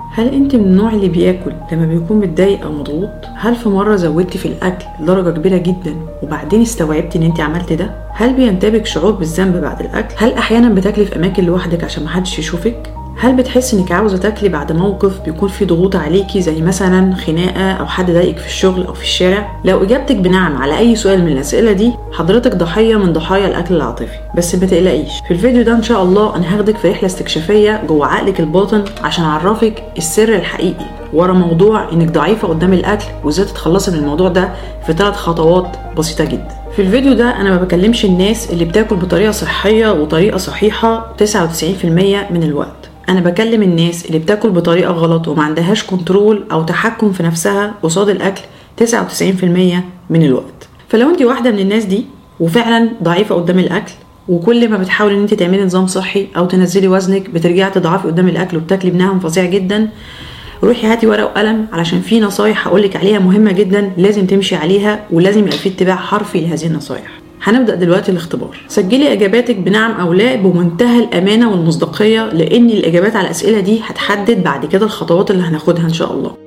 هل انت من النوع اللي بياكل لما بيكون متضايق او مضغوط؟ هل في مره زودتي في الاكل لدرجه كبيره جدا وبعدين استوعبتي ان انت عملتي ده؟ هل بينتابك شعور بالذنب بعد الاكل؟ هل احيانا بتاكلي في اماكن لوحدك عشان محدش يشوفك؟ هل بتحسي انك عاوزه تاكلي بعد موقف بيكون فيه ضغوط عليكي، زي مثلا خناقه او حد ضايقك في الشغل او في الشارع؟ لو اجابتك بنعم على اي سؤال من الاسئله دي، حضرتك ضحيه من ضحايا الاكل العاطفي. بس ما تقلقيش، في الفيديو ده ان شاء الله انا هاخدك في رحله استكشافيه جوه عقلك الباطن عشان اعرفك السر الحقيقي ورا موضوع انك ضعيفه قدام الاكل، وازاي تتخلصي من الموضوع ده في 3 خطوات بسيطه جدا. في الفيديو ده انا ما بكلمش الناس اللي بتاكل بطريقه صحيه وطريقه صحيحه 99% من الوقت. انا بكلم الناس اللي بتاكل بطريقه غلط وما عندهاش كنترول او تحكم في نفسها قصاد الاكل 99% من الوقت. فلو انت واحده من الناس دي وفعلا ضعيفه قدام الاكل، وكل ما بتحاولي ان انت تعملي نظام صحي او تنزلي وزنك بترجعي تضعفي قدام الاكل وبتاكلي بنهم فظيع جدا، روحي هاتي ورقه وقلم علشان في نصايح هقولك عليها مهمه جدا لازم تمشي عليها، ولازم يبقى في اتباع حرفي لهذه النصايح. هنبدأ دلوقتي الاختبار. سجلي اجاباتك بنعم او لا بمنتهى الامانه والمصداقيه، لان الاجابات على الاسئله دي هتحدد بعد كده الخطوات اللي هناخدها ان شاء الله.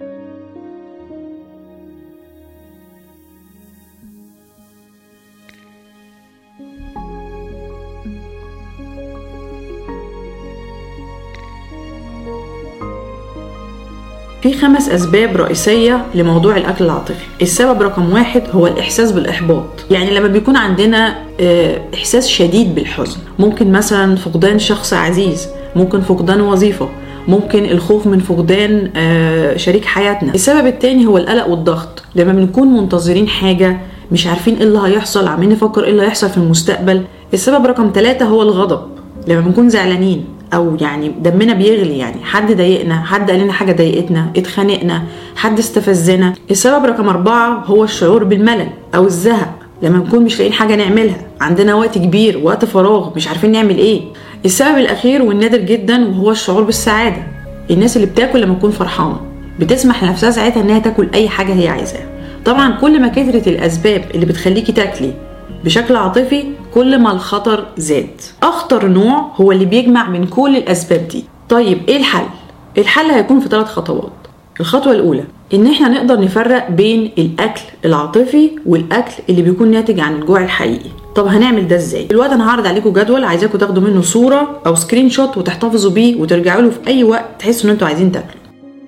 في 5 أسباب رئيسية لموضوع الأكل العاطفي. السبب رقم 1 هو الإحساس بالإحباط، يعني لما بيكون عندنا إحساس شديد بالحزن، ممكن مثلا فقدان شخص عزيز، ممكن فقدان وظيفة، ممكن الخوف من فقدان شريك حياتنا. السبب الثاني هو القلق والضغط، لما بنكون منتظرين حاجة مش عارفين إيه اللي هيحصل، عمالين نفكر إيه اللي هيحصل في المستقبل. السبب رقم 3 هو الغضب، لما بنكون زعلانين او يعني دمنا بيغلي، يعني حد ضايقنا، حد قال لنا حاجه ضايقتنا، اتخانقنا، حد استفزنا. السبب رقم 4 هو الشعور بالملل او الزهق، لما نكون مش لاقيين حاجه نعملها، عندنا وقت كبير، وقت فراغ، مش عارفين نعمل ايه. السبب الاخير والنادر جدا وهو الشعور بالسعاده، الناس اللي بتاكل لما تكون فرحانه بتسمح لنفسها ساعتها انها تاكل اي حاجه هي عايزاها. طبعا كل ما كثرت الاسباب اللي بتخليكي تاكلي بشكل عاطفي كل ما الخطر زاد. اخطر نوع هو اللي بيجمع من كل الاسباب دي. طيب ايه الحل؟ الحل هيكون في 3 خطوات. الخطوه الاولى ان احنا نقدر نفرق بين الاكل العاطفي والاكل اللي بيكون ناتج عن الجوع الحقيقي. طب هنعمل ده ازاي؟ دلوقتي انا هعرض عليكم جدول، عايزاكم تاخدوا منه صوره او سكرين شوت وتحتفظوا بيه وترجعوا له في اي وقت تحسوا ان انتوا عايزين تاكلوا.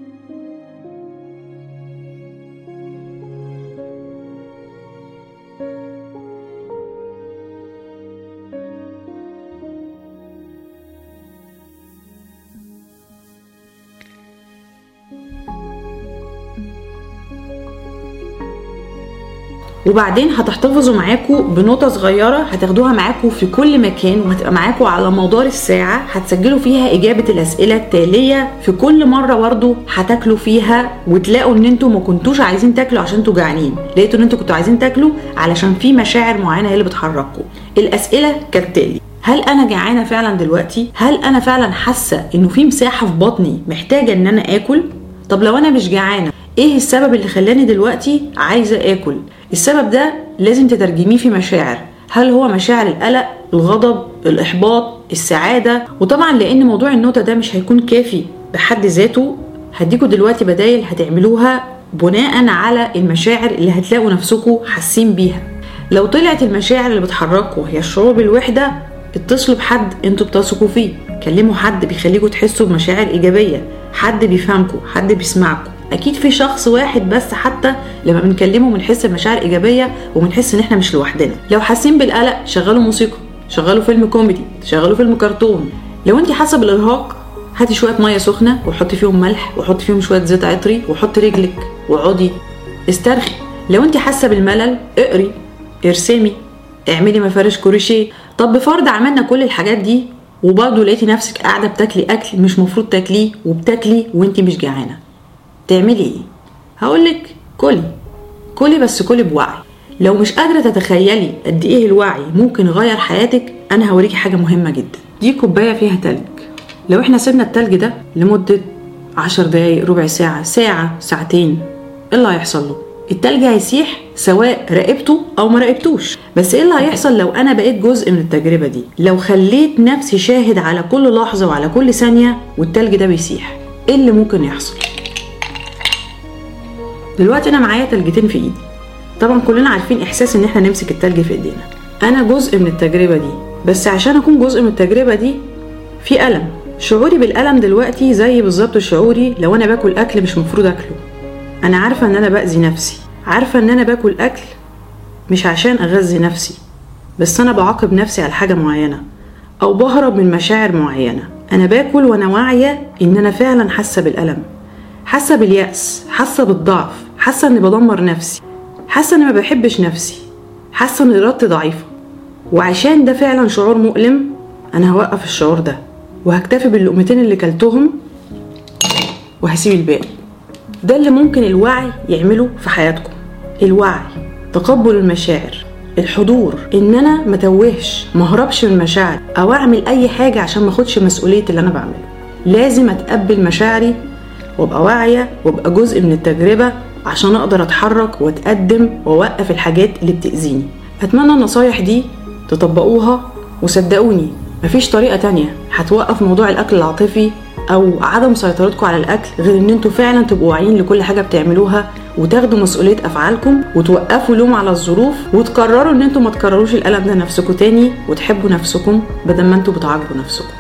وبعدين هتحتفظوا معاكم بنوتة صغيرة هتاخدوها معاكم في كل مكان، وهتبقى معاكم على مدار الساعة، هتسجلوا فيها إجابة الأسئلة التالية في كل مرة برضو هتاكلوا فيها، وتلاقوا ان انتوا ما كنتوش عايزين تاكلوا عشان انتوا جعانين، لقيتوا ان انتوا كنتوا عايزين تاكلوا علشان في مشاعر معينة هي اللي بتحرككم. الأسئلة كالتالي: هل أنا جعانة فعلا دلوقتي؟ هل أنا فعلا حاسة إنه في مساحة في بطني محتاجة إن أنا آكل؟ طب لو أنا مش جعانة، إيه السبب اللي خلاني دلوقتي عايزة آكل؟ السبب ده لازم تترجميه في مشاعر، هل هو مشاعر القلق، الغضب، الإحباط، السعادة؟ وطبعا لأن موضوع النوتة ده مش هيكون كافي بحد ذاته، هديكوا دلوقتي بدايل هتعملوها بناء على المشاعر اللي هتلاقوا نفسكوا حاسين بيها. لو طلعت المشاعر اللي بتحركوا هي الشعور بالوحدة، اتصلوا بحد انتوا بتثقوا فيه، كلموا حد بيخليكوا تحسوا بمشاعر إيجابية، حد بيفهمكوا، حد بيسمعكوا. اكيد في شخص واحد بس حتى لما بنكلمه بنحس بمشاعر ايجابيه وبنحس ان احنا مش لوحدنا. لو حاسين بالقلق شغلوا موسيقى، شغلوا فيلم كوميدي، شغلوا فيلم كرتون. لو انت حاسه بالارهاق هاتي شويه ميه سخنه وحطي فيهم ملح وحطي فيهم شويه زيت عطري وحطي رجلك واقعدي استرخي. لو انت حاسه بالملل اقري، ارسمي، اعملي مفارش كروشيه. طب بفرض عملنا كل الحاجات دي وبرضه لقيتي نفسك قاعده بتاكلي اكل مش مفروض تاكليه وبتاكلي وانت مش جعانه، تعملي ايه؟ هقولك كلي بس كلي بوعي. لو مش قادرة تتخيلي قد ايه الوعي ممكن يغير حياتك، انا هوريكي حاجة مهمة جدا. دي كوباية فيها تلج، لو احنا سيبنا التلج ده لمدة 10 دقايق، ربع ساعة، ساعة، ساعتين، ايه اللي هيحصل له؟ التلج هيسيح سواء راقبته او ما راقبتوش. بس ايه اللي هيحصل لو انا بقيت جزء من التجربة دي؟ لو خليت نفسي شاهد على كل لحظة وعلى كل ثانية والتلج ده بيسيح، ايه اللي ممكن يحصل. دلوقتي انا معايا تلجتين في ايدي. طبعا كلنا عارفين احساس ان احنا نمسك التلج في ايدينا. انا جزء من التجربة دي، بس عشان اكون جزء من التجربة دي في ألم. شعوري بالألم دلوقتي زي بالظبط شعوري لو انا باكل اكل مش مفروض اكله. انا عارفة ان انا باذي نفسي، عارفة ان انا باكل اكل مش عشان اغذي نفسي، بس انا بعاقب نفسي على حاجة معينة او بهرب من مشاعر معينة. انا باكل وانا واعية ان انا فعلا حاسة بالألم، حاسة باليأس، حاسة بالضعف، حاسة اني بدمر نفسي، حاسة اني ما بحبش نفسي، حاسة ان ارادتي ضعيفة. وعشان ده فعلا شعور مؤلم انا هوقف الشعور ده وهكتفي باللقمتين اللي كلتهم وهسيب الباقي. ده اللي ممكن الوعي يعمله في حياتكم. الوعي، تقبل المشاعر، الحضور، ان انا ما توهش، ما هربش من مشاعري او اعمل اي حاجة عشان ما اخدش مسؤولية اللي انا بعمله. لازم اتقبل مشاعري وابقى واعية وابقى جزء من التجربة عشان اقدر اتحرك واتقدم واوقف الحاجات اللي بتأذيني. اتمنى النصايح دي تطبقوها، وصدقوني مفيش طريقة تانية هتوقف موضوع الاكل العاطفي او عدم سيطرتكم على الاكل غير ان انتوا فعلا تبقوا واعيين لكل حاجة بتعملوها وتاخدوا مسؤولية افعالكم وتوقفوا لوم على الظروف وتقرروا ان انتوا ما تكرروش الالم ده نفسكم تاني وتحبوا نفسكم بدل ما انتوا بتعاقبوا نفسكم.